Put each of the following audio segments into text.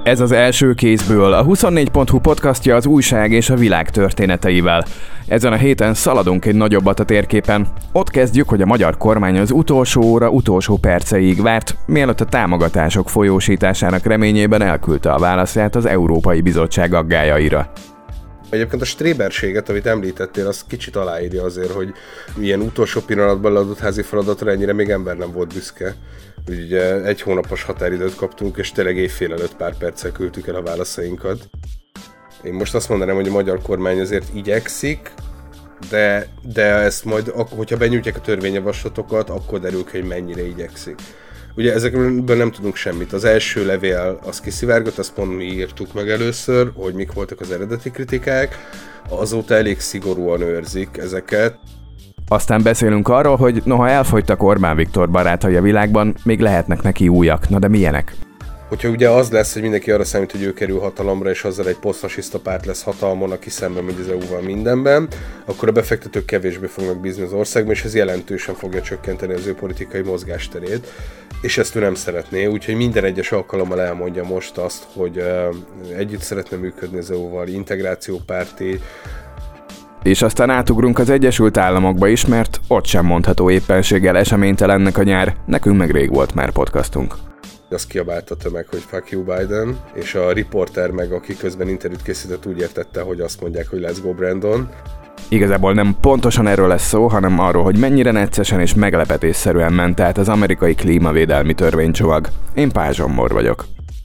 Ez az első kézből, a 24.hu podcastja az újság és a világ történeteivel. Ezen a héten szaladunk egy nagyobbat a térképen. Ott kezdjük, hogy a magyar kormány az utolsó óra utolsó perceig várt, mielőtt a támogatások folyósításának reményében elküldte a válaszát az Európai Bizottság aggályaira. Egyébként a stréberséget, amit említettél, az kicsit aláírja azért, hogy ilyen utolsó pillanatban leadott házi feladatra ennyire még ember nem volt büszke. Ugye egy hónapos határidőt kaptunk, és tényleg éjfél előtt pár perccel küldtük el a válaszainkat. Én most azt mondanám, hogy a magyar kormány azért igyekszik, de ezt majd, hogyha benyújtják a törvényjavaslatokat, akkor derül ki, hogy mennyire igyekszik. Ugye ezekből nem tudunk semmit. Az első levél az kiszivárgott, azt pont mi írtuk meg először, hogy mik voltak az eredeti kritikák. Azóta elég szigorúan őrzik ezeket. Aztán beszélünk arról, hogy noha elfogytak Orbán Viktor barátai a világban, még lehetnek neki újak. Na de milyenek? Hogyha ugye az lesz, hogy mindenki arra számít, hogy ő kerül hatalomra, és azzal egy posztfasiszta párt lesz hatalmon, aki szemben megy az EU-val mindenben, akkor a befektetők kevésbé fognak bízni az országban, és ez jelentősen fogja csökkenteni az ő politikai mozgásterét, és ezt ő nem szeretné, úgyhogy minden egyes alkalommal elmondja most azt, hogy együtt szeretne működni az EU-val, integrációpárti. És aztán átugrunk az Egyesült Államokba is, mert ott sem mondható éppenséggel eseménytelennek a nyár, nekünk meg rég volt már podcastunk. Azt kiabálta a tömeg, hogy fuck you Biden, és a riporter meg, aki közben interjút készített, úgy értette, hogy azt mondják, hogy let's go Brandon. Igazából nem pontosan erről lesz szó, hanem arról, hogy mennyire neccesen és meglepetésszerűen ment át az amerikai klímavédelmi törvénycsomag. Én Pál Zsombor vagyok.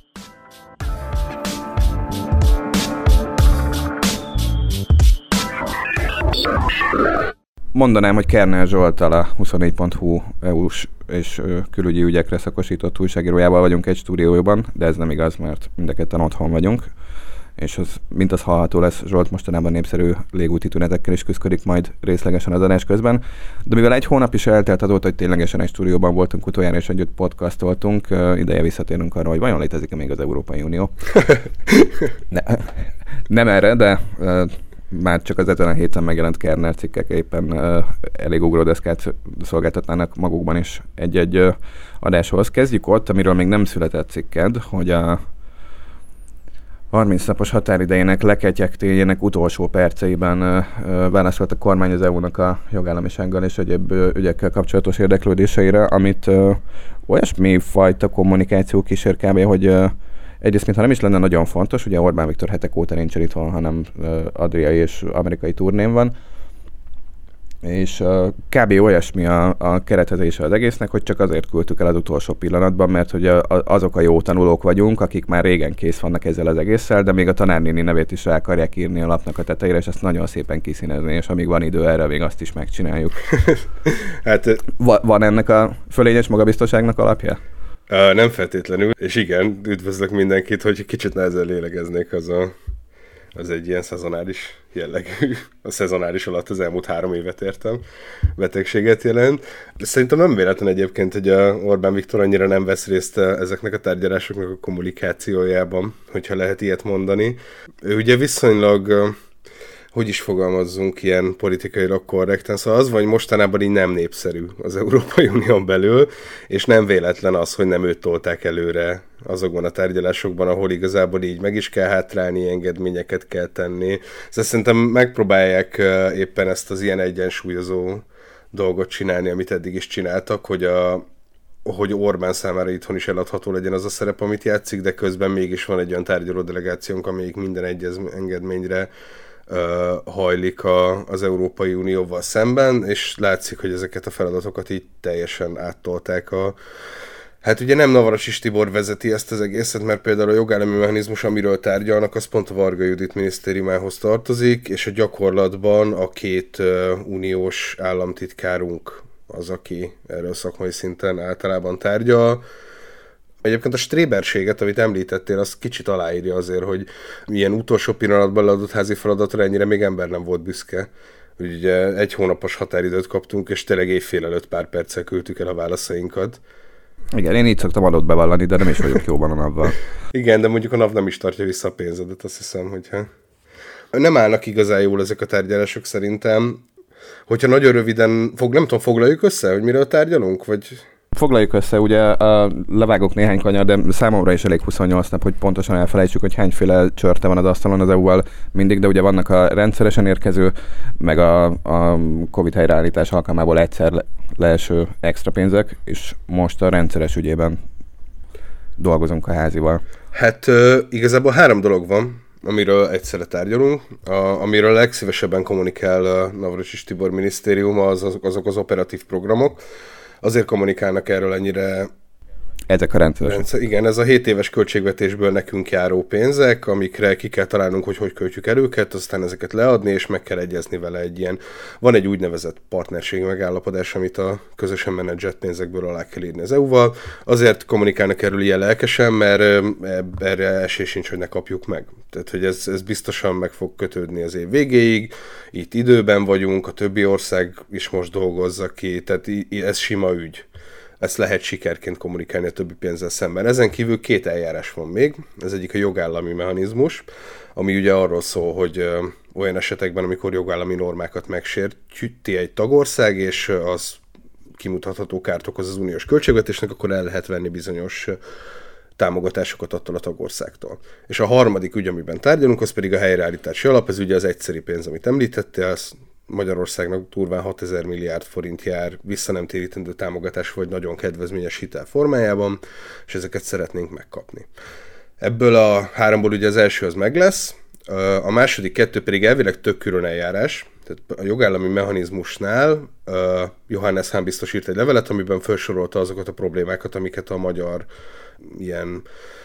Mondanám, hogy Kernel Zsolttal, a 24.hu EU-s és külügyi ügyekre szakosított újságírójával vagyunk egy stúdióban, de ez nem igaz, mert mind a ketten otthon vagyunk, és mint az hallható lesz, Zsolt mostanában népszerű légúti tünetekkel is küszködik majd részlegesen az adás közben, de mivel egy hónap is eltelt azóta, hogy ténylegesen egy stúdióban voltunk utoljára, és együtt podcastoltunk, ideje visszatérnünk arra, hogy vajon létezik-e még az Európai Unió. Nem erre, de már csak az ezen a héten megjelent Kernel cikkek éppen elég ugródeszkát szolgáltatnának magukban is egy-egy adáshoz. Kezdjük ott, amiről még nem született cikked, hogy a 30 napos határidejének leketyegtéjének utolsó perceiben válaszolt a kormány az EU-nak a jogállamisággal és egyéb ügyekkel kapcsolatos érdeklődéseire, amit olyasmi fajta kommunikáció kísér kb., hogy egyrészt, mintha nem is lenne nagyon fontos, ugye Orbán Viktor hetek óta nincs itthon, hanem adriai és amerikai turnén van, és kb. Olyasmi a keretezése az egésznek, hogy csak azért küldtük el az utolsó pillanatban, mert hogy azok a jó tanulók vagyunk, akik már régen kész vannak ezzel az egésszel, de még a tanárnéni nevét is rá akarják írni a lapnak a tetejére, és ezt nagyon szépen kiszínezni, és amíg van idő erre, még azt is megcsináljuk. Van ennek a fölényes magabiztosságnak alapja? Nem feltétlenül, és igen, üdvözlök mindenkit, hogy kicsit nehezen lélegeznék, az egy ilyen szezonális jellegű, a szezonális alatt az elmúlt 3 évet értem, betegséget jelent. Szerintem nem véletlen egyébként, hogy Orbán Viktor annyira nem vesz részt ezeknek a tárgyalásoknak a kommunikációjában, hogyha lehet ilyet mondani. Ő ugye viszonylag, hogy is fogalmazzunk ilyen politikailag korrekten, szóval az van, hogy mostanában így nem népszerű az Európai Unión belül, és nem véletlen az, hogy nem őt tolták előre azokban a tárgyalásokban, ahol igazából így meg is kell hátrálni, engedményeket kell tenni. Szóval szerintem megpróbálják éppen ezt az ilyen egyensúlyozó dolgot csinálni, amit eddig is csináltak, hogy Orbán számára itthon is eladható legyen az a szerep, amit játszik, de közben mégis van egy olyan tárgyaló delegációnk, amelyik minden egyes engedményre hajlik az Európai Unióval szemben, és látszik, hogy ezeket a feladatokat így teljesen áttolták Hát ugye nem Navracsics Tibor vezeti ezt az egészet, mert például a jogállami mechanizmus, amiről tárgyalnak, az pont a Varga Judit minisztériumához tartozik, és a gyakorlatban a 2 uniós államtitkárunk az, aki erről szakmai szinten általában tárgyal. Egyébként a stréberséget, amit említettél, az kicsit aláírja azért, hogy ilyen utolsó pillanatban leadott házi feladatra ennyire még ember nem volt büszke. Ugye egy hónapos határidőt kaptunk, és tényleg éjfél előtt pár perccel küldtük el a válaszainkat. Igen, én így szoktam adót bevallani, de nem is vagyok jóban a NAV-val. Igen, de mondjuk a NAV nem is tartja vissza a pénzedet, azt hiszem, hogyha... Nem állnak igazán jól ezek a tárgyalások szerintem. Hogyha nagyon röviden, nem tudom, foglaljuk össze, hogy miről tárgyalunk, vagy... Foglaljuk össze, ugye levágok néhány kanyar, de számomra is elég 28 nap, hogy pontosan elfelejtsük, hogy hányféle csörte van az asztalon az EU-val mindig, de ugye vannak a rendszeresen érkező, meg a Covid helyreállítás alkalmából egyszer leeső extra pénzek, és most a rendszeres ügyében dolgozunk a házival. Hát igazából 3 dolog van, amiről egyszerre tárgyalunk. Amiről legszívesebben kommunikál Navracsics Tibor minisztériuma, azok az operatív programok. Azért kommunikálnak erről ennyire... Ezek a rendszeresek. Igen, ez a 7 éves költségvetésből nekünk járó pénzek, amikre ki kell találnunk, hogy költjük el őket, aztán ezeket leadni, és meg kell egyezni vele egy ilyen... Van egy úgynevezett partnerségi megállapodás, amit a közösen menedzselt pénzekből alá kell írni az EU-val. Azért kommunikálnak erről ilyen lelkesen, mert erre esély sincs, hogy ne kapjuk meg. Tehát, hogy ez biztosan meg fog kötődni az év végéig, itt időben vagyunk, a többi ország is most dolgozza ki, tehát ez sima ügy. Ezt lehet sikerként kommunikálni a többi pénzzel szemben. Ezen kívül 2 eljárás van még. Ez egyik a jogállami mechanizmus, ami ugye arról szól, hogy olyan esetekben, amikor jogállami normákat megsérti egy tagország, és az kimutatható kárt okoz az uniós költségvetésnek, akkor el lehet venni bizonyos támogatásokat attól a tagországtól. És a harmadik ügy, amiben tárgyalunk, az pedig a helyreállítási alap, ez ugye az egyszeri pénz, amit említettél, az Magyarországnak durván 6000 milliárd forint jár vissza nem térítendő támogatás vagy nagyon kedvezményes hitel formájában, és ezeket szeretnénk megkapni. Ebből a 3-ból ugye az első az meg lesz, a második 2 pedig elvileg tök külön eljárás. Tehát a jogállami mechanizmusnál Johannes Hahn biztos írt egy levelet, amiben felsorolta azokat a problémákat, amiket a magyar ilyen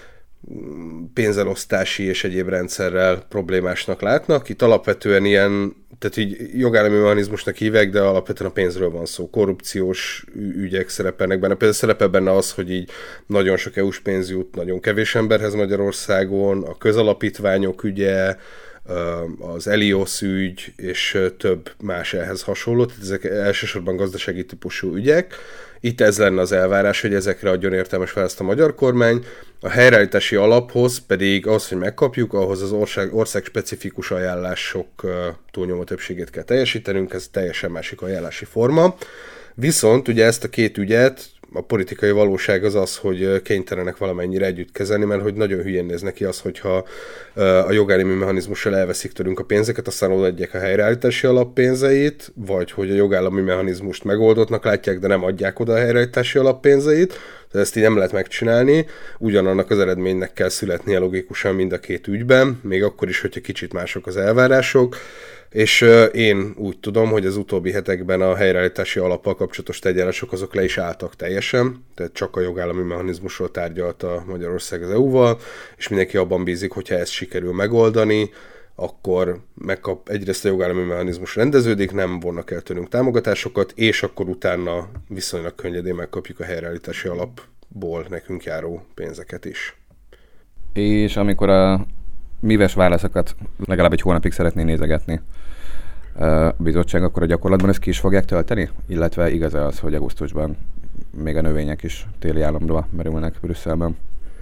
pénzelosztási és egyéb rendszerrel problémásnak látnak. Itt alapvetően ilyen, tehát így jogállami mechanizmusnak hívják, de alapvetően a pénzről van szó. Korrupciós ügyek szerepelnek benne. Például szerepel benne az, hogy így nagyon sok EU-s pénz jut nagyon kevés emberhez Magyarországon, a közalapítványok ügye, az Elios ügy és több más ehhez hasonló, tehát ezek elsősorban gazdasági típusú ügyek. Itt ez lenne az elvárás, hogy ezekre adjon értelmes választ a magyar kormány. A helyreállítási alaphoz pedig az, hogy megkapjuk, ahhoz az ország specifikus ajánlások túlnyomó többségét kell teljesítenünk, ez teljesen másik ajánlási forma. Viszont ugye ezt a 2 ügyet, a politikai valóság az az, hogy kénytelenek valamennyire együtt kezelni, mert hogy nagyon hülyén néz neki az, hogyha a jogállami mechanizmussal elveszik tőlünk a pénzeket, aztán odaadják a helyreállítási alap pénzeit, vagy hogy a jogállami mechanizmust megoldottnak látják, de nem adják oda a helyreállítási alap pénzeit. Tehát ezt így nem lehet megcsinálni, ugyanannak az eredménynek kell születnie logikusan mind a 2 ügyben, még akkor is, hogyha kicsit mások az elvárások. És én úgy tudom, hogy az utóbbi hetekben a helyreállítási alappal kapcsolatos tárgyalások azok le is álltak teljesen, tehát csak a jogállami mechanizmusról tárgyalta Magyarország az EU-val, és mindenki abban bízik, hogyha ezt sikerül megoldani, akkor egyrészt a jogállami mechanizmus rendeződik, nem vonnak el tőlünk támogatásokat, és akkor utána viszonylag könnyedén megkapjuk a helyreállítási alapból nekünk járó pénzeket is. És amikor a mives válaszokat legalább egy hónapig szeretné nézegetni a bizottság, akkor a gyakorlatban ezt ki is fogják tölteni? Illetve igaz-e az, hogy augusztusban még a növények is téli államra merülnek Brüsszelben?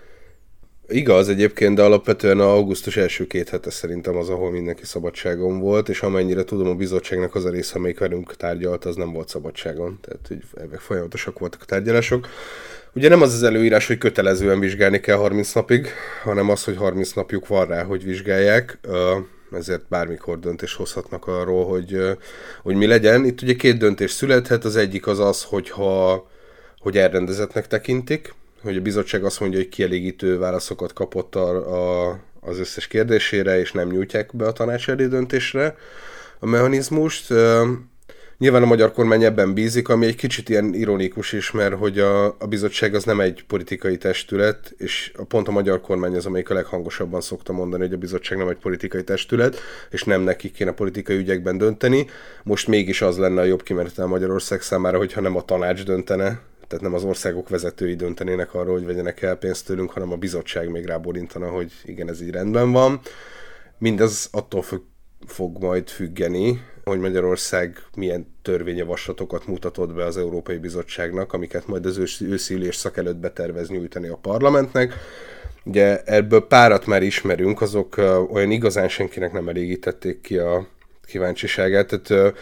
Igaz egyébként, de alapvetően augusztus első 2 hete szerintem az, ahol mindenki szabadságon volt, és amennyire tudom, a bizottságnak az a része, amelyik velünk tárgyalt, az nem volt szabadságon. Tehát hogy folyamatosak voltak a tárgyalások. Ugye nem az az előírás, hogy kötelezően vizsgálni kell 30 napig, hanem az, hogy 30 napjuk van rá, hogy vizsgálják, ezért bármikor döntést hozhatnak arról, hogy mi legyen. Itt ugye 2 döntés születhet, az egyik az, hogy elrendezettnek tekintik, hogy a bizottság azt mondja, hogy kielégítő válaszokat kapott az összes kérdésére, és nem nyújtják be a tanács elé döntésre a mechanizmust. Nyilván a magyar kormány ebben bízik, ami egy kicsit ilyen ironikus is, mert hogy a bizottság az nem egy politikai testület, és pont a magyar kormány az, amelyik a leghangosabban szokta mondani, hogy a bizottság nem egy politikai testület, és nem nekik kéne politikai ügyekben dönteni. Most mégis az lenne a jobb kimenetel Magyarország számára, hogyha nem a tanács döntene, tehát nem az országok vezetői döntenének arról, hogy vegyenek el pénzt tőlünk, hanem a bizottság még rábólintana, hogy igen, ez így rendben van. Mindez attól fog majd függeni, hogy Magyarország milyen törvényjavaslatokat mutatott be az Európai Bizottságnak, amiket majd az őszi ülés szak előtt betervez nyújtani a parlamentnek. Ugye ebből párat már ismerünk, azok olyan igazán senkinek nem elégítették ki a kíváncsiságát. Tehát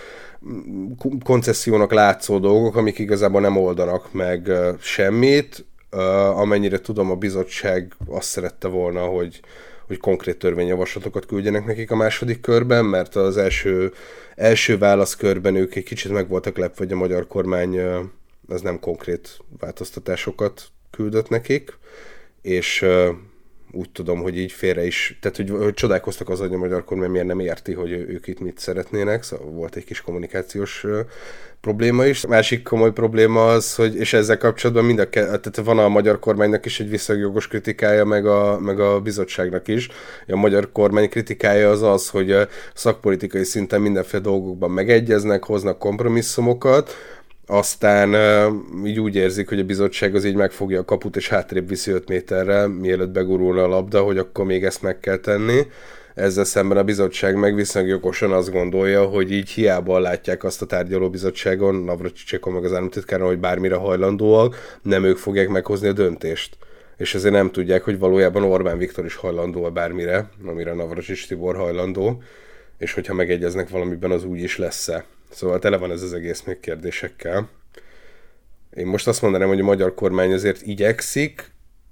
koncessziónak látszó dolgok, amik igazából nem oldanak meg semmit. Amennyire tudom, a bizottság azt szerette volna, hogy konkrét törvényjavaslatokat küldjenek nekik a második körben, mert az első válaszkörben ők egy kicsit meg voltak lepve, hogy a magyar kormány az nem konkrét változtatásokat küldött nekik, és úgy tudom, hogy így félre is, tehát hogy csodálkoztak az, hogy a magyar kormány miért nem érti, hogy ők itt mit szeretnének, szóval volt egy kis kommunikációs probléma is. A másik komoly probléma az, hogy, és ezzel kapcsolatban tehát van a magyar kormánynak is egy visszajogos kritikája, meg a bizottságnak is. A magyar kormány kritikája az, hogy a szakpolitikai szinten mindenféle dolgokban megegyeznek, hoznak kompromisszumokat, aztán így úgy érzik, hogy a bizottság az így megfogja a kaput, és hátrébb viszi 5 méterrel, mielőtt begurulna a labda, hogy akkor még ezt meg kell tenni. Ezzel szemben a bizottság meg viszonylag jogosan azt gondolja, hogy így hiába látják azt a tárgyalóbizottságon, Navracsicsakon meg az államtitkáron, hogy bármire hajlandóak, nem ők fogják meghozni a döntést. És ezért nem tudják, hogy valójában Orbán Viktor is hajlandó bármire, amire Navracsics Tibor hajlandó, és hogyha megegyeznek valamiben, az úgy is lesz-e. Szóval tele van ez az egész még kérdésekkel. Én most azt mondanám, hogy a magyar kormány azért igyekszik,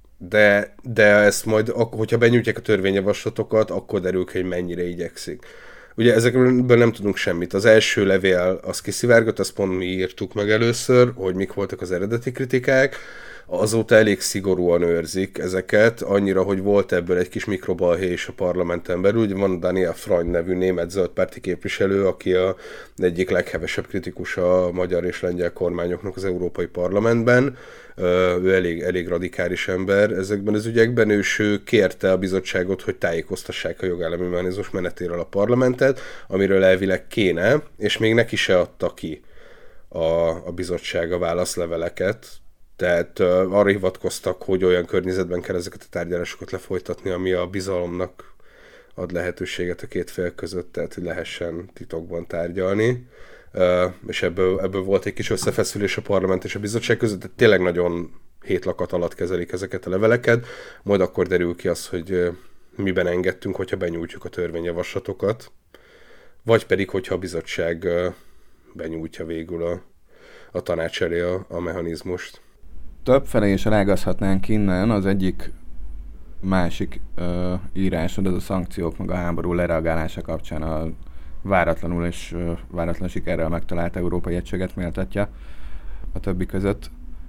de ezt majd, hogyha benyújtják a törvényjavaslatokat, akkor derül ki, hogy mennyire igyekszik. Ugye ezekből nem tudunk semmit. Az első levél az kiszivárgott, azt pont mi írtuk meg először, hogy mik voltak az eredeti kritikák. Azóta elég szigorúan őrzik ezeket, annyira, hogy volt ebből egy kis mikrobalhé is a parlamenten belül. Ugye van Daniel Freund nevű német zöldpárti képviselő, aki az egyik leghevesebb kritikus a magyar és lengyel kormányoknak az Európai Parlamentben. Ő elég radikális ember ezekben az ügyekben, és ő kérte a bizottságot, hogy tájékoztassák a jogállami mechanizmus menetéről a parlamentet, amiről elvileg kéne, és még neki se adta ki a bizottság a válaszleveleket. Tehát arra hivatkoztak, hogy olyan környezetben kell ezeket a tárgyalásokat lefolytatni, ami a bizalomnak ad lehetőséget a két fél között, tehát hogy lehessen titokban tárgyalni. És ebből volt egy kis összefeszülés a parlament és a bizottság között, tehát tényleg nagyon hétlakat alatt kezelik ezeket a leveleket, majd akkor derül ki az, hogy miben engedtünk, hogyha benyújtjuk a törvényjavaslatokat, vagy pedig, hogyha a bizottság benyújtja végül a tanács elé a mechanizmust. Többfelé is rágazhatnánk innen, az egyik másik írásod, az a szankciók meg a háború lereagálása kapcsán a váratlanul és váratlan sikerrel megtalált európai egységet méltatja a többi között.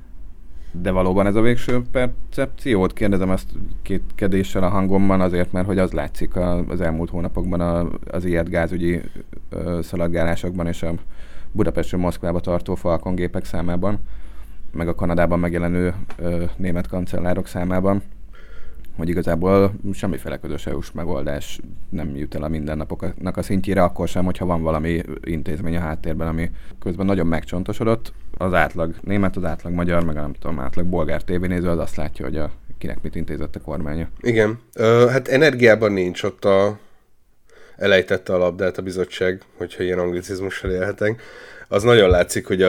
De valóban ez a végső percepciót? Kérdezem ezt kétkedéssel a hangomban azért, mert hogy az látszik az elmúlt hónapokban az ilyet gázügyi szaladgálásokban és a Budapestről Moszkvába tartó Falcon gépek számában, meg a Kanadában megjelenő német kancellárok számában, hogy igazából semmiféle közös EU-s megoldás nem jut el a mindennapoknak a szintjére, akkor sem, hogyha van valami intézmény a háttérben, ami közben nagyon megcsontosodott. Az átlag német, az átlag magyar, meg nem tudom, átlag bolgár tévénéző az azt látja, hogy kinek mit intézett a kormánya. Igen. Hát energiában nincs ott elejtette a labdát a bizottság, hogyha ilyen anglicizmussal élhetek. Az nagyon látszik, hogy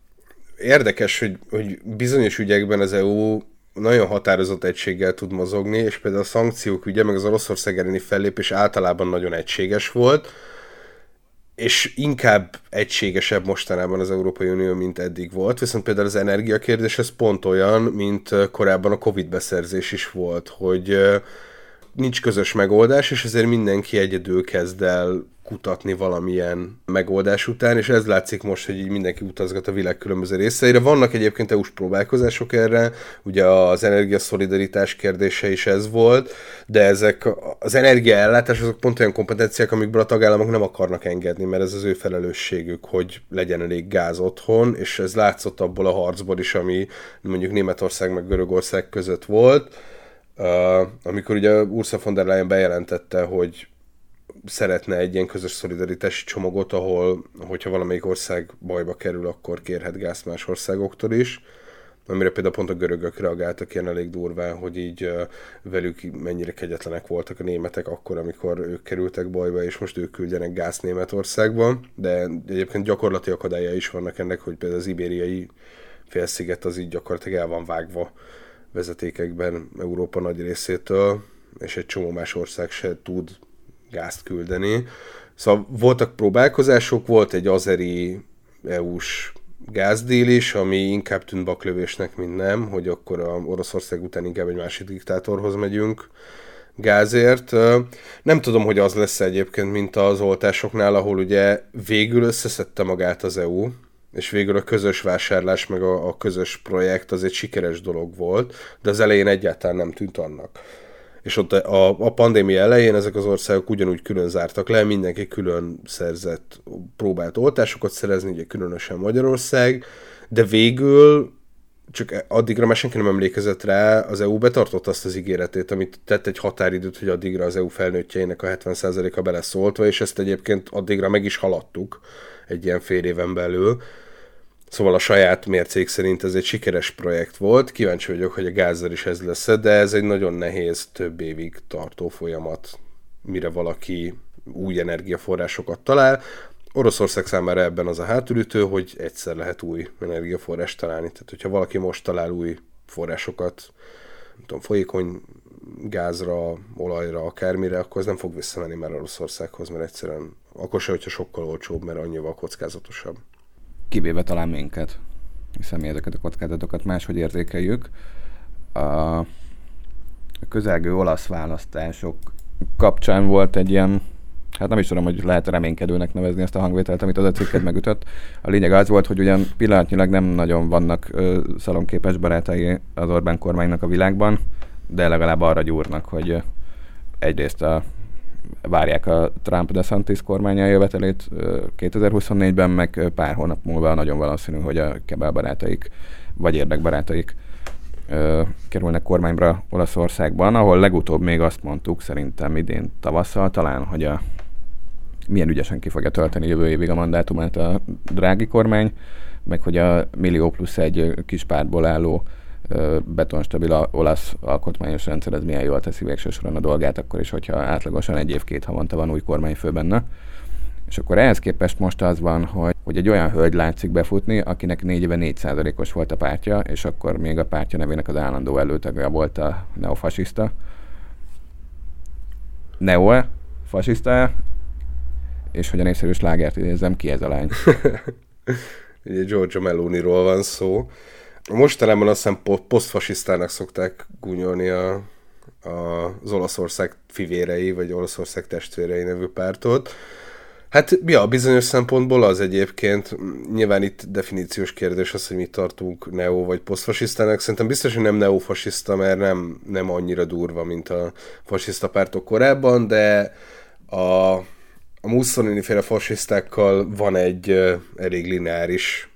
érdekes, hogy bizonyos ügyekben az EU nagyon határozott egységgel tud mozogni, és például a szankciók ügye, meg az Oroszország elleni fellépés általában nagyon egységes volt, és inkább egységesebb mostanában az Európai Unió, mint eddig volt, viszont például az energiakérdés ez pont olyan, mint korábban a Covid beszerzés is volt, hogy nincs közös megoldás, és ezért mindenki egyedül kezd el kutatni valamilyen megoldás után, és ez látszik most, hogy így mindenki utazgat a világ különböző részeire. Vannak egyébként EU-s próbálkozások erre, ugye az energiaszolidaritás kérdése is ez volt, de ezek az energiaellátás azok pont olyan kompetenciák, amikből a tagállamok nem akarnak engedni, mert ez az ő felelősségük, hogy legyen elég gáz otthon, és ez látszott abból a harcból is, ami mondjuk Németország meg Görögország között volt, amikor ugye Ursula von der Leyen bejelentette, hogy szeretne egy ilyen közös szolidaritási csomagot, ahol, hogyha valamelyik ország bajba kerül, akkor kérhet gázt más országoktól is, amire például pont a görögök reagáltak ilyen elég durván, hogy így velük mennyire kegyetlenek voltak a németek akkor, amikor ők kerültek bajba, és most ők küldjenek gázt Németországba, de egyébként gyakorlati akadályai is vannak ennek, hogy például az ibériai félsziget az így gyakorlatilag el van vágva vezetékekben Európa nagy részétől, és egy csomó más ország se tud gázt küldeni. Szóval voltak próbálkozások, volt egy azeri EU-s gázdíl is, ami inkább tűnt baklövésnek, mint nem, hogy akkor a Oroszország után inkább egy másik diktátorhoz megyünk gázért. Nem tudom, hogy az lesz egyébként, mint az oltásoknál, ahol ugye végül összeszedte magát az EU, és végül a közös vásárlás, meg a közös projekt az egy sikeres dolog volt, de az elején egyáltalán nem tűnt annak. És ott a pandémia elején ezek az országok ugyanúgy külön zártak le, mindenki külön próbált oltásokat szerezni, ugye különösen Magyarország, de végül csak addigra már senki nem emlékezett rá, az EU betartott azt az ígéretét, amit tett egy határidőt, hogy addigra az EU felnőttjeinek a 70%-a beleszóltva, és ezt egyébként addigra meg is haladtuk egy ilyen fél éven belül. Szóval a saját mércék szerint ez egy sikeres projekt volt. Kíváncsi vagyok, hogy a gázzal is ez lesz, de ez egy nagyon nehéz, több évig tartó folyamat, mire valaki új energiaforrásokat talál. Oroszország számára ebben az a hátulütő, hogy egyszer lehet új energiaforrást találni. Tehát, hogyha valaki most talál új forrásokat, nem tudom, folyékony gázra, olajra, akármire, akkor az nem fog visszamenni már Oroszországhoz, mert egyszerűen akkor se, hogyha sokkal olcsóbb, mert annyival kockázatosabb. Kivéve talán minket, hiszen mi ezeket a kockázatokat máshogy érzékeljük. A közelgő olasz választások kapcsán volt egy ilyen, hát nem is tudom, hogy lehet reménykedőnek nevezni ezt a hangvételt, amit az a cikket megütött. A lényeg az volt, hogy ugyan pillanatnyilag nem nagyon vannak szalonképes barátai az Orbán kormánynak a világban, de legalább arra gyúrnak, hogy egyrészt várják a Trump-DeSantis kormány eljövetelét 2024-ben, meg pár hónap múlva nagyon valószínű, hogy a Kebel barátaik, vagy érdekbarátaik kerülnek kormányra Olaszországban, ahol legutóbb még azt mondtuk, szerintem idén tavasszal talán, hogy milyen ügyesen ki fogja tölteni jövő évig a mandátumát a Draghi kormány, meg hogy a millió plusz egy kis pártból álló betonstabil olasz alkotmányos rendszer, ez milyen jól teszi végső soron a dolgát, akkor is, hogyha átlagosan 1 év 2 havonta van új kormányfő benne. És akkor ehhez képest most az van, hogy egy olyan hölgy látszik befutni, akinek 4 éve 4%-os volt a pártja, és akkor még a pártja nevének az állandó előtagja volt a neofasiszta. Neo-fasiszta, és hogy a népszerű slágert idézem, ki ez a lány? Ugye Giorgia Meloniról van szó. Mostanában azt hiszem posztfasisztának szokták gúnyolni az Olaszország fivérei, vagy Olaszország testvérei nevű pártot. Hát ja, bizonyos szempontból az egyébként, nyilván itt definíciós kérdés az, hogy mit tartunk neo- vagy posztfasisztának. Szerintem biztos, hogy nem neofasiszta, mert nem annyira durva, mint a fasiszta pártok korábban, de a Mussolini-féle fasisztákkal van egy elég lineáris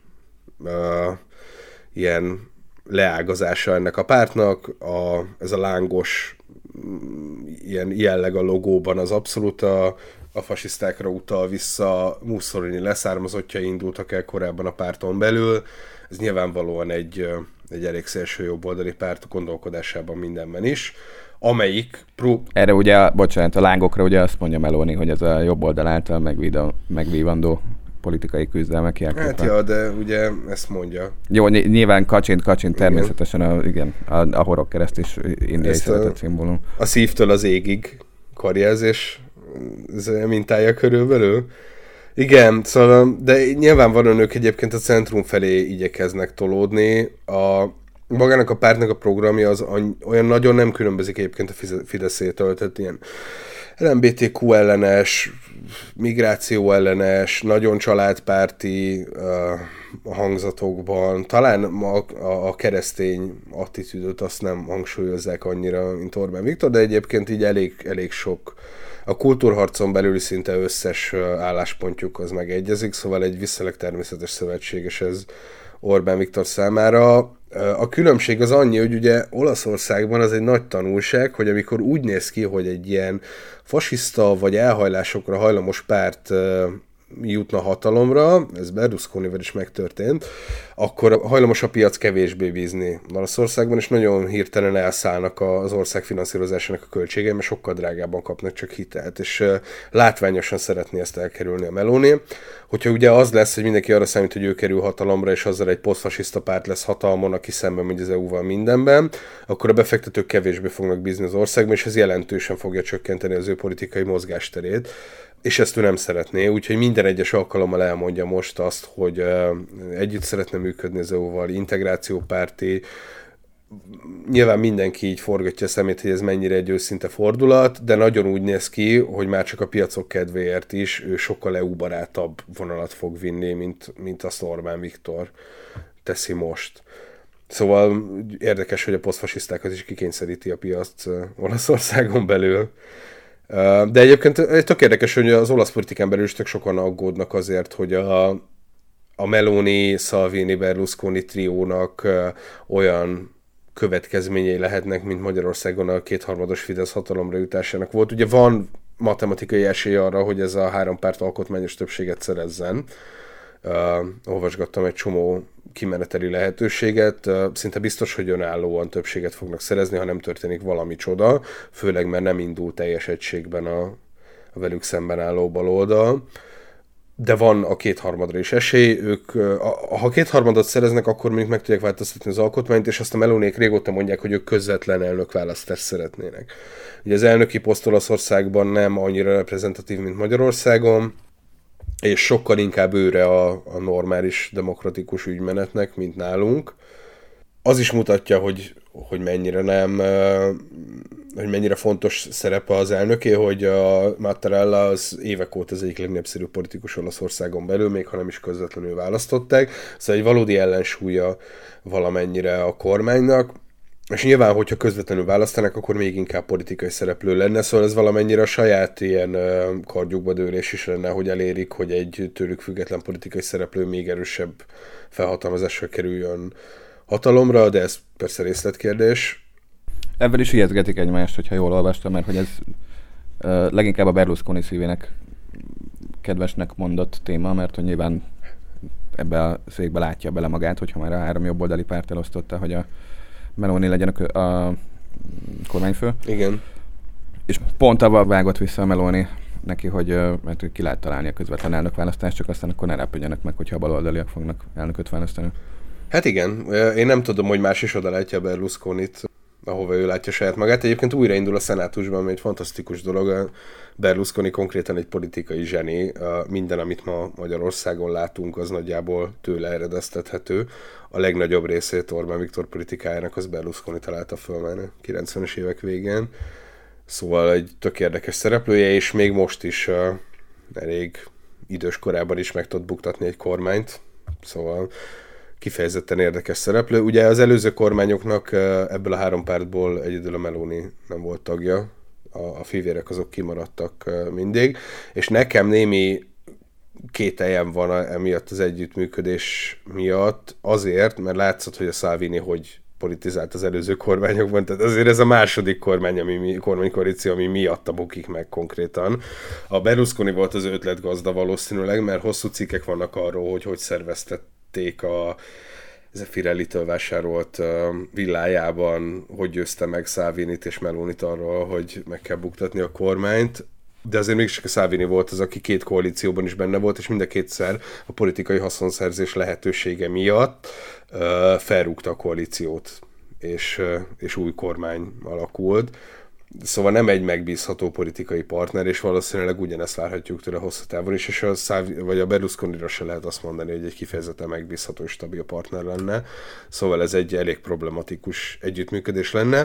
ilyen leágazása ennek a pártnak. Ez a lángos ilyen jelleg a logóban az abszolút a fasisztákra utal vissza, Mussolini leszármazottjai indultak el korábban a párton belül. Ez nyilvánvalóan egy elég szélső jobboldali párt gondolkodásában mindenben is, amelyik... Erre ugye, bocsánat, a lángokra ugye azt mondja Meloni, hogy ez a jobboldal által megvívandó politikai küzdelmek jelképpen. Hát ja, de ugye ezt mondja. Jó, nyilván kacsint természetesen a horogkereszt is indiai szeretett szimbólum. A szívtől az égig karjelzés mintája körülbelül. Igen, szóval, de nyilvánvalóan ők egyébként a centrum felé igyekeznek tolódni. Magának a pártnak a programja az olyan nagyon nem különbözik egyébként a Fideszétől, tehát ilyen LMBTQ ellenes, migráció ellenes, nagyon családpárti hangzatokban. Talán a keresztény attitűdöt azt nem hangsúlyozzák annyira, mint Orbán Viktor, de egyébként így elég sok a kultúrharcon belüli szinte összes álláspontjuk az megegyezik, szóval egy viszonylag természetes szövetséges ez Orbán Viktor számára. A különbség az annyi, hogy ugye Olaszországban az egy nagy tanulság, hogy amikor úgy néz ki, hogy egy ilyen fasiszta vagy elhajlásokra hajlamos párt jutna hatalomra, ez Berlusconival is megtörtént, akkor hajlamos a piac kevésbé bízni Olaszországban, és nagyon hirtelen elszállnak az ország finanszírozásának a költségei, mert sokkal drágábban kapnak csak hitelt, és látványosan szeretné ezt elkerülni a Meloni. Hogyha ugye az lesz, hogy mindenki arra számít, hogy ő kerül hatalomra, és azzal egy posztfasiszta párt lesz hatalmon, aki szemben megy az EU-val mindenben, akkor a befektetők kevésbé fognak bízni az országban, és ez jelentősen fogja csökkenteni az ő politikai mozgásterét. és ezt ő nem szeretné, úgyhogy minden egyes alkalommal elmondja most azt, hogy együtt szeretne működni az EU-val, integrációpárti. Nyilván mindenki így forgatja a szemét, hogy ez mennyire egy őszinte fordulat, de nagyon úgy néz ki, hogy már csak a piacok kedvéért is ő sokkal EU-barátabb vonalat fog vinni, mint azt Orbán Viktor teszi most. Szóval érdekes, hogy a posztfasisztákat is kikényszeríti a piac Olaszországon belül. De egyébként tök érdekes, hogy az olasz politikán belül is tök sokan aggódnak azért, hogy a Meloni, Salvini, Berlusconi triónak olyan következményei lehetnek, mint Magyarországon a kétharmados Fidesz hatalomra jutásának volt. Ugye van matematikai esély arra, hogy ez a három párt alkotmányos többséget szerezzen. Olvasgattam egy csomó kimeneteli lehetőséget. Szinte biztos, hogy önállóan többséget fognak szerezni, ha nem történik valami csoda, főleg mert nem indul teljes egységben a velük szemben álló baloldal. De van a kétharmadra is esély. Ők, ha kétharmadot szereznek, akkor mondjuk meg tudják változtatni az alkotmányt, és azt a Meloniék régóta mondják, hogy ők közvetlen elnökválasztást szeretnének. Ugye az elnöki poszt Olaszországban nem annyira reprezentatív, mint Magyarországon, és sokkal inkább őre a normális demokratikus ügymenetnek, mint nálunk. Az is mutatja, hogy mennyire fontos szerepe az elnöké, hogy a Mattarella az évek óta az egyik legnépszerűbb politikus Olaszországon belül, még ha nem is közvetlenül választották. Szóval egy valódi ellensúlya valamennyire a kormánynak, és nyilván, hogyha közvetlenül választanak, akkor még inkább politikai szereplő lenne, szóval ez valamennyire a saját ilyen kardjukba dőlés is lenne, hogy elérik, hogy egy tőlük független politikai szereplő még erősebb felhatalmazással kerüljön hatalomra, de ez persze részletkérdés. Ebből is ijeszgetik egymást, hogyha jól olvastam, mert hogy ez leginkább a Berlusconi szívének kedvesnek mondott téma, mert hogy nyilván ebbe a székbe látja bele magát, hogyha már a három jobboldali párt elosztotta, hogy a Meloni legyen a kormányfő. Igen. És pont avval vágott vissza a Meloni neki, mert ki lehet találni a közvetlen elnökválasztást, csak aztán akkor ne repüljenek meg, hogyha a baloldaliak fognak elnököt választani. Hát igen, én nem tudom, hogy más is oda látja a Berlusconit, ahova ő látja saját magát. Egyébként újraindul a szenátusban, ami egy fantasztikus dolog. A Berlusconi konkrétan egy politikai zseni. Minden, amit ma Magyarországon látunk, az nagyjából tőle eredeztethető. A legnagyobb részét Orbán Viktor politikájának az Berlusconi találta föl már a 90-es évek végén. Szóval egy tök érdekes szereplője, és még most is elég idős korában is meg tud buktatni egy kormányt. Szóval kifejezetten érdekes szereplő. Ugye az előző kormányoknak ebből a három pártból egyedül a Meloni nem volt tagja. A fivérek azok kimaradtak mindig. És nekem némi kételjem van emiatt az együttműködés miatt. Azért, mert látszott, hogy a Salvini hogy politizált az előző kormányokban. Tehát azért ez a második kormánykoalíció, ami miatta bukik meg konkrétan. A Berlusconi volt az ötletgazda valószínűleg, mert hosszú cikkek vannak arról, hogy szerveztették ez a Firellitől vásárolt villájában, hogy győzte meg Salvinit és Melonit arról, hogy meg kell buktatni a kormányt. De azért mégiscsak a Salvini volt az, aki két koalícióban is benne volt, és mind a kétszer a politikai haszonszerzés lehetősége miatt felrúgta a koalíciót, és új kormány alakult. Szóval nem egy megbízható politikai partner, és valószínűleg ugyanezt várhatjuk tőle hosszú távon is, és a Berlusconira se lehet azt mondani, hogy egy kifejezetten megbízható és stabil partner lenne. Szóval ez egy elég problematikus együttműködés lenne.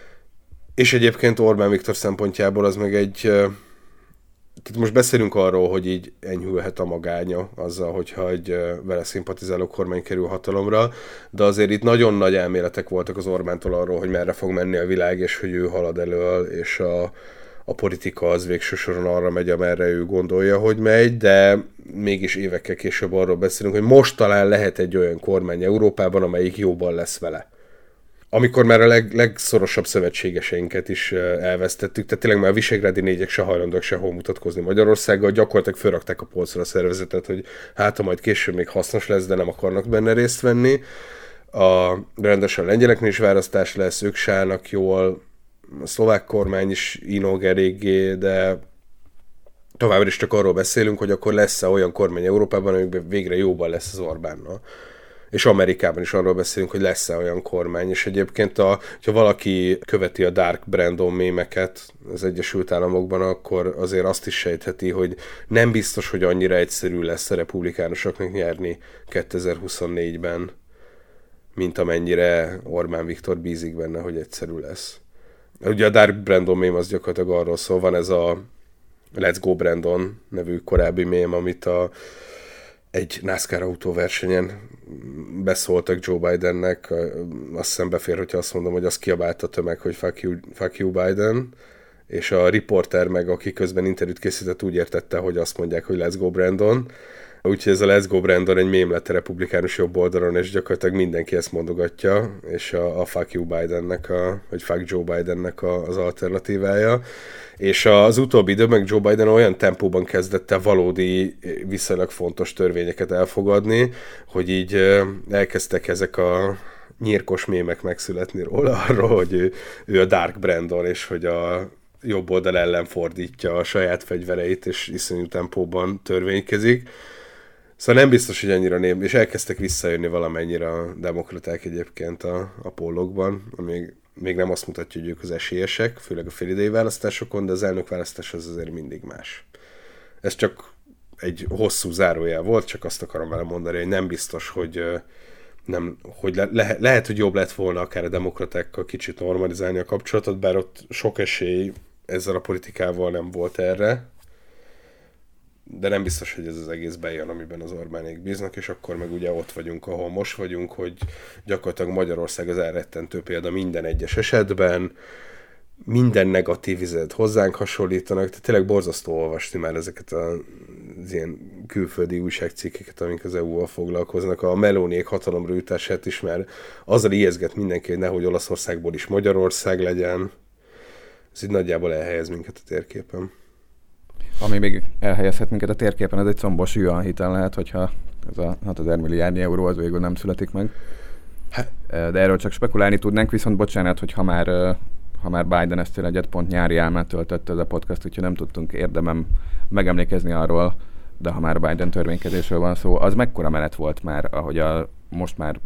És egyébként Orbán Viktor szempontjából az meg tehát most beszélünk arról, hogy így enyhülhet a magánya azzal, hogyha egy vele szimpatizáló kormány kerül hatalomra, de azért itt nagyon nagy elméletek voltak az Orbántól arról, hogy merre fog menni a világ, és hogy ő halad elől, és a politika az végső soron arra megy, amerre ő gondolja, hogy megy, de mégis évekkel később arról beszélünk, hogy most talán lehet egy olyan kormány Európában, amelyik jóban lesz vele. Amikor már a legszorosabb szövetségeseinket is elvesztettük, tehát tényleg már a visegrádi négyek se hajlandóak sehol mutatkozni Magyarországgal, gyakorlatilag fölrakták a polcra a szervezetet, hogy hát majd később még hasznos lesz, de nem akarnak benne részt venni. Rendesen a lengyeleknél is választás lesz, ők se állnak jól, a szlovák kormány is inog eléggé, de továbbra is csak arról beszélünk, hogy akkor lesz-e olyan kormány Európában, amikben végre jóban lesz az Orbánnal. És Amerikában is arról beszélünk, hogy lesz-e olyan kormány, és egyébként, ha valaki követi a Dark Brandon mémeket az Egyesült Államokban, akkor azért azt is sejtheti, hogy nem biztos, hogy annyira egyszerű lesz a republikánusoknak nyerni 2024-ben, mint amennyire Orbán Viktor bízik benne, hogy egyszerű lesz. Ugye a Dark Brandon mém az gyakorlatilag arról szól, van ez a Let's Go Brandon nevű korábbi mém, amit egy NASCAR autóversenyen beszóltak Joe Bidennek, azt hiszem befér, hogyha azt mondom, hogy azt kiabált a tömeg, hogy fuck you Biden, és a riporter meg, aki közben interjút készített, úgy értette, hogy azt mondják, hogy Let's Go Brandon. Úgyhogy ez a Let's Go Brandon egy mém lett a republikánus jobb oldalon, és gyakorlatilag mindenki ezt mondogatja, és a fuck you Bidennek, vagy fuck Joe Bidennek az alternatívája. És az utóbbi időben Joe Biden olyan tempóban kezdett el valódi, viszonylag fontos törvényeket elfogadni, hogy így elkezdtek ezek a nyírkos mémek megszületni róla arról, hogy ő a Dark Brandon, és hogy a jobb oldal ellen fordítja a saját fegyvereit, és iszonyú tempóban törvénykezik. Szóval nem biztos, hogy annyira és elkezdtek visszajönni valamennyire a demokraták egyébként a pollokban, ami még nem azt mutatja, hogy ők az esélyesek, főleg a félidei választásokon, de az elnökválasztás az azért mindig más. Ez csak egy hosszú zárójel volt, csak azt akarom vele mondani, hogy nem biztos, hogy lehet, hogy jobb lett volna akár a demokratákkal kicsit normalizálni a kapcsolatot, bár ott sok esély ezzel a politikával nem volt erre, de nem biztos, hogy ez az egész bejön, amiben az Orbánék bíznak, és akkor meg ugye ott vagyunk, ahol most vagyunk, hogy gyakorlatilag Magyarország az elrettentő példa minden egyes esetben, minden negatív vizet hozzánk hasonlítanak, tehát tényleg borzasztó olvasni már ezeket az ilyen külföldi újságcikkeket, amik az EU-val foglalkoznak. A Meloniék hatalomra jutását is már azzal ijeszget mindenki, hogy nehogy Olaszországból is Magyarország legyen. Ez így nagyjából elhelyez minket a térképen. Ami még elhelyezhet minket a térképen, ez egy combos yuan hitel lehet, hogyha ez a 6000 milliárdnyi euró az végül nem születik meg. De erről csak spekulálni tudnánk, viszont bocsánat, hogy ha már Biden ezt tényleg egy pont nyári álmát töltött ez a podcast, úgyhogy nem tudtunk érdemem megemlékezni arról, de ha már Biden törvénykezésről van szó, az mekkora menet volt már, ahogy most már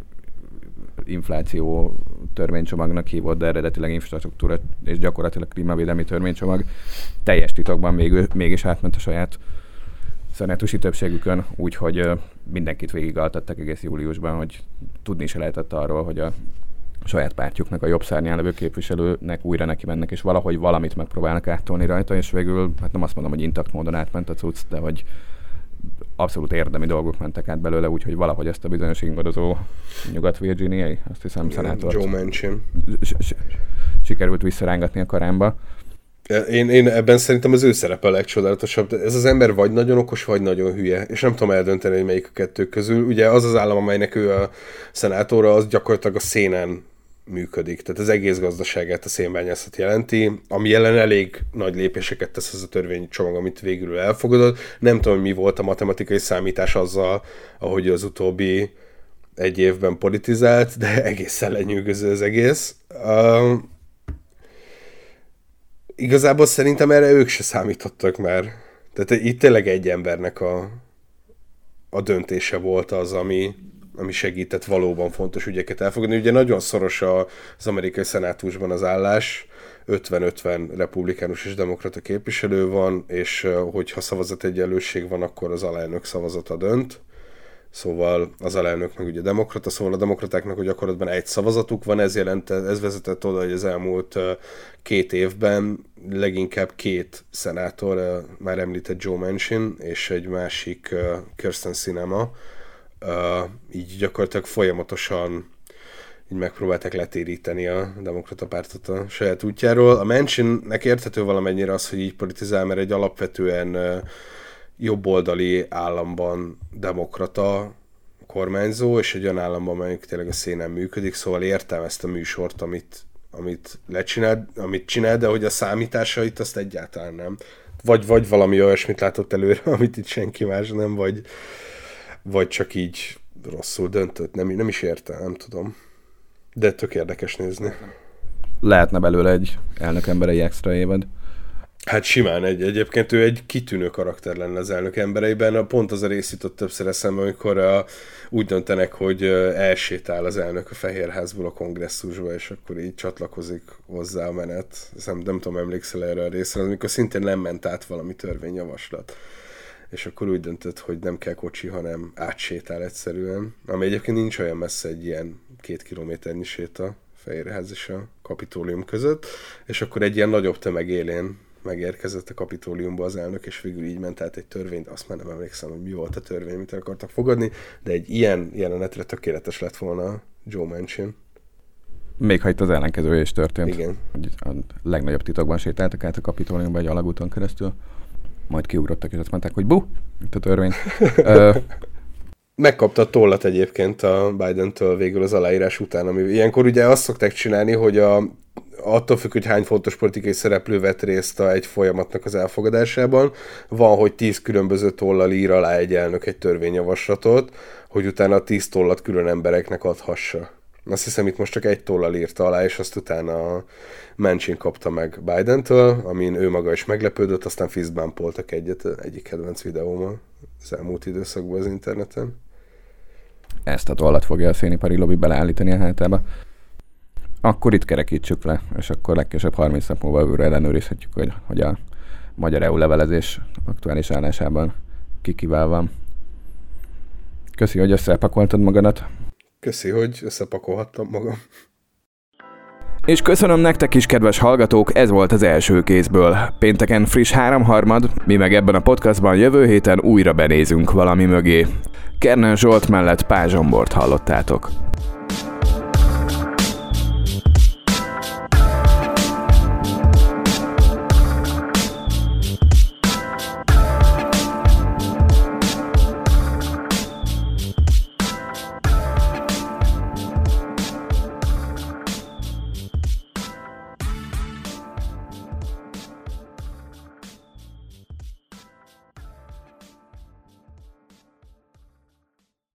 infláció törvénycsomagnak hívott, de eredetileg infrastruktúra és gyakorlatilag klímavédelmi törvénycsomag teljes titokban mégis átment a saját szenátusi többségükön, úgyhogy mindenkit végigaltattak egész júliusban, hogy tudni se lehetett arról, hogy a saját pártjuknak, a jobb szárnyán levő képviselőnek újra neki mennek, és valahogy valamit megpróbálnak áttolni rajta, és végül, hát nem azt mondom, hogy intakt módon átment a cucc, de hogy abszolút érdemi dolgok mentek át belőle, úgyhogy valahogy ezt a bizonyos ingadozó nyugat-virginiai, azt hiszem, szenátort Joe Manchin sikerült visszarángatni a karámba. Én ebben szerintem az ő szerepe a legcsodálatosabb. Ez az ember vagy nagyon okos, vagy nagyon hülye, és nem tudom eldönteni, hogy melyik a kettő közül. Ugye az az állam, amelynek ő a szenátora, az gyakorlatilag a szénen működik. Tehát az egész gazdaságát a szénbányászat jelenti, ami ellen elég nagy lépéseket tesz az a törvénycsomag, amit végül elfogadott. Nem tudom, mi volt a matematikai számítás azzal, ahogy az utóbbi egy évben politizált, de egészen lenyűgöző az egész. Igazából szerintem erre ők se számítottak már. Tehát itt tényleg egy embernek a döntése volt az, ami segített valóban fontos ügyeket elfogadni. Ugye nagyon szoros az amerikai szenátusban az állás, 50-50 republikánus és demokrata képviselő van, és hogyha szavazategyenlőség van, akkor az alelnök szavazata dönt. Szóval az alelnök meg ugye demokrata, szóval a demokratáknak hogy gyakorlatban egy szavazatuk van, ez vezetett oda, hogy az elmúlt 2 évben leginkább 2 szenátor, már említett Joe Manchin, és egy másik Kyrsten Sinema, így gyakorlatilag folyamatosan így megpróbálták letéríteni a demokrata pártot a saját útjáról. A Manchinnek érthető valamennyire az, hogy így politizál, mert egy alapvetően jobboldali államban demokrata kormányzó, és egy olyan államban, amelyik tényleg a szénen működik, szóval értem ezt a műsort, amit csinál, de hogy a számításait azt egyáltalán nem. Vagy valami olyasmit látott előre, amit itt senki más nem, vagy csak így rosszul döntött. Nem is értem, nem tudom. De tök érdekes nézni. Lehetne belőle egy elnökemberei extra évad. Hát simán egyébként ő egy kitűnő karakter lenne az elnök embereiben. Pont az a rész jutott többször eszembe, amikor úgy döntenek, hogy elsétál az elnök a Fehérházból a kongresszusba, és akkor így csatlakozik hozzá a menet. Nem tudom, emlékszel erre a részre, amikor szintén nem ment át valami törvényjavaslat. És akkor úgy döntött, hogy nem kell kocsi, hanem átsétál egyszerűen. Ami egyébként nincs olyan messze, egy ilyen 2 kilométernyi séta Fehérház és a Kapitólium között, és akkor egy ilyen nagyobb tömeg élén megérkezett a Kapitóliumba az elnök, és végül így ment át egy törvényt, azt már nem emlékszem, hogy mi volt a törvény, mit akartak fogadni, de egy ilyen jelenetre tökéletes lett volna Joe Manchin. Még ha itt az ellenkezője is történt. Igen. Hogy a legnagyobb titokban sétáltak át a Kapitóliumba egy alagúton keresztül, majd kiugrottak, és azt mondták, hogy itt a törvény. Megkapta a tollat egyébként a Bidentől végül az aláírás után, ami ilyenkor ugye azt szokták csinálni, hogy attól függ, hogy hány fontos politikai szereplő vett részt egy folyamatnak az elfogadásában, van, hogy 10 különböző tollal ír alá egy elnök egy törvényjavaslatot, hogy utána a 10 tollat külön embereknek adhassa. Azt hiszem, itt most csak egy tollal írta alá, és azt utána Manchin kapta meg Bidentől, amin ő maga is meglepődött, aztán fistbumpoltak egyik kedvenc videóma az elmúlt időszakban az interneten. Ezt a tollat fogja a szénipari lobby beleállítani a hátába. Akkor itt kerekítsük le, és akkor legkésőbb 30 nap múlva újra ellenőrizhetjük, hogy a magyar EU levelezés aktuális állásában kivel van. Köszi, hogy összepakoltad magadat. Köszi, hogy összepakolhattam magam. És köszönöm nektek is, kedves hallgatók, ez volt az első kézből. Pénteken friss 3/3, mi meg ebben a podcastban jövő héten újra benézünk valami mögé. Kernel Zsolt mellett Pázs Zsombort hallottátok.